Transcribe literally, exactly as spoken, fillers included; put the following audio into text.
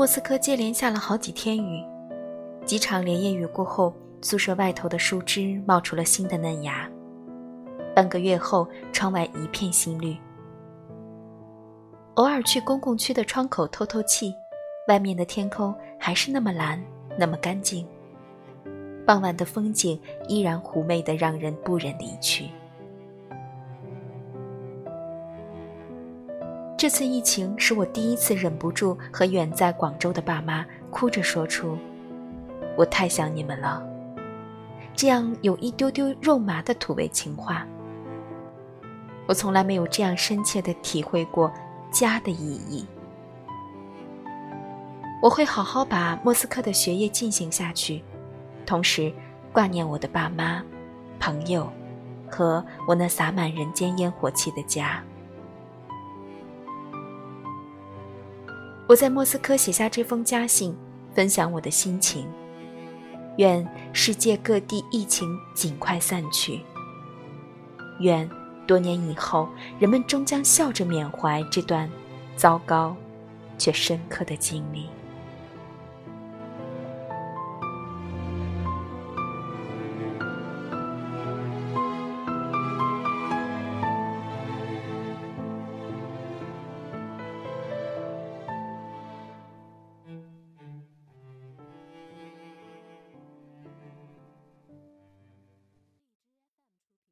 莫斯科接连下了好几天雨，几场连夜雨过后，宿舍外头的树枝冒出了新的嫩芽。半个月后，窗外一片新绿。偶尔去公共区的窗口透透气，外面的天空还是那么蓝，那么干净。傍晚的风景依然妩媚得让人不忍离去。这次疫情是我第一次忍不住和远在广州的爸妈哭着说出我太想你们了，这样有一丢丢肉麻的土味情话。我从来没有这样深切地体会过家的意义。我会好好把莫斯科的学业进行下去，同时挂念我的爸妈、朋友和我那洒满人间烟火气的家。我在莫斯科写下这封家信，分享我的心情，愿世界各地疫情尽快散去，愿多年以后人们终将笑着缅怀这段糟糕却深刻的经历。